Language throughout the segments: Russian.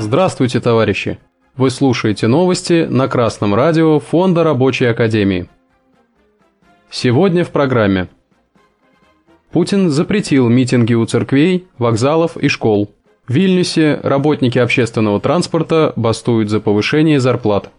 Здравствуйте, товарищи! Вы слушаете новости на Красном радио Фонда Рабочей Академии. Сегодня в программе. Путин запретил митинги у церквей, вокзалов и школ. В Вильнюсе работники общественного транспорта бастуют за повышение зарплат.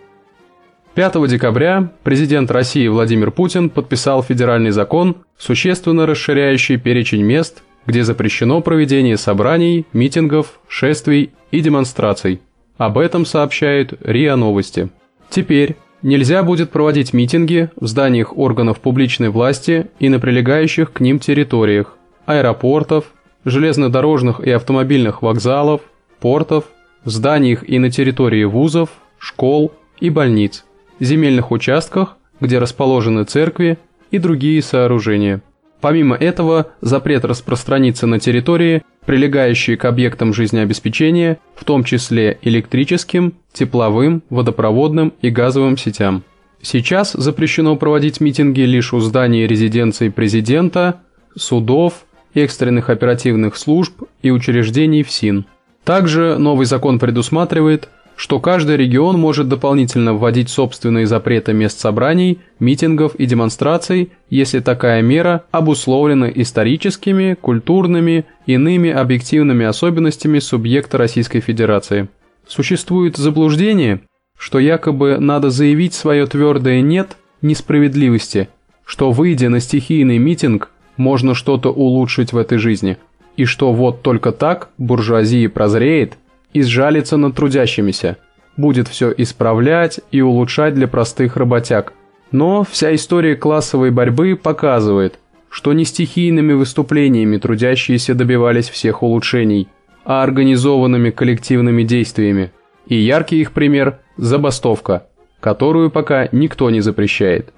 5 декабря президент России Владимир Путин подписал федеральный закон, существенно расширяющий перечень мест, где запрещено проведение собраний, митингов, шествий и демонстраций. Об этом сообщают РИА Новости. Теперь нельзя будет проводить митинги в зданиях органов публичной власти и на прилегающих к ним территориях, аэропортов, железнодорожных и автомобильных вокзалов, портов, в зданиях и на территории вузов, школ и больниц, земельных участках, где расположены церкви и другие сооружения. Помимо этого, запрет распространится на территории, прилегающие к объектам жизнеобеспечения, в том числе электрическим, тепловым, водопроводным и газовым сетям. Сейчас запрещено проводить митинги лишь у зданий резиденции президента, судов, экстренных оперативных служб и учреждений ФСИН. Также новый закон предусматривает, что каждый регион может дополнительно вводить собственные запреты мест собраний, митингов и демонстраций, если такая мера обусловлена историческими, культурными, иными объективными особенностями субъекта Российской Федерации. Существует заблуждение, что якобы надо заявить свое твердое «нет» несправедливости, что, выйдя на стихийный митинг, можно что-то улучшить в этой жизни, и что вот только так буржуазия прозреет и сжалится над трудящимися, будет все исправлять и улучшать для простых работяг. Но вся история классовой борьбы показывает, что не стихийными выступлениями трудящиеся добивались всех улучшений, а организованными коллективными действиями. И яркий их пример – забастовка, которую пока никто не запрещает.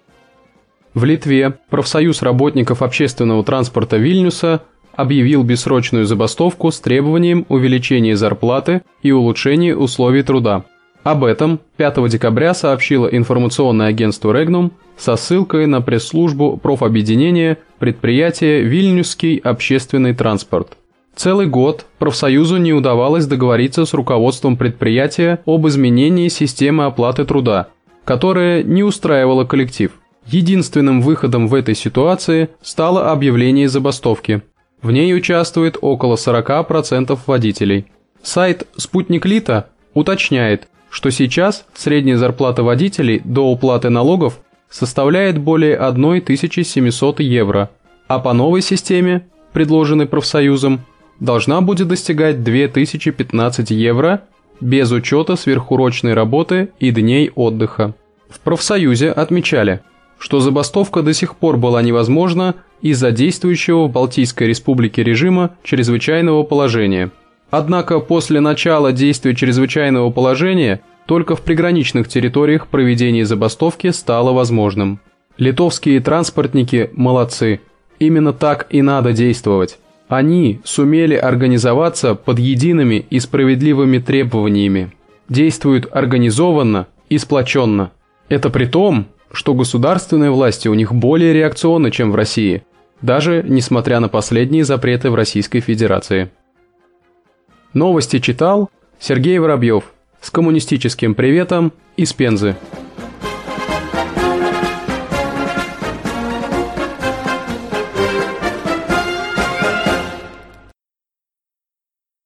В Литве профсоюз работников общественного транспорта Вильнюса объявил бессрочную забастовку с требованием увеличения зарплаты и улучшения условий труда. Об этом 5 декабря сообщило информационное агентство Регнум со ссылкой на пресс-службу профобъединения предприятия «Вильнюсский общественный транспорт». Целый год профсоюзу не удавалось договориться с руководством предприятия об изменении системы оплаты труда, которая не устраивала коллектив. Единственным выходом в этой ситуации стало объявление забастовки. В ней участвует около 40% водителей. Сайт «Спутник Лита» уточняет, что сейчас средняя зарплата водителей до уплаты налогов составляет более 1700 евро, а по новой системе, предложенной профсоюзом, должна будет достигать 2015 евро без учета сверхурочной работы и дней отдыха. В профсоюзе отмечали, что забастовка до сих пор была невозможна из-за действующего в Балтийской республике режима чрезвычайного положения. Однако после начала действия чрезвычайного положения только в приграничных территориях проведение забастовки стало возможным. Литовские транспортники молодцы. Именно так и надо действовать. Они сумели организоваться под едиными и справедливыми требованиями. Действуют организованно и сплоченно. Это при том, что государственные власти у них более реакционны, чем в России, даже несмотря на последние запреты в Российской Федерации. Новости читал Сергей Воробьев с коммунистическим приветом из Пензы.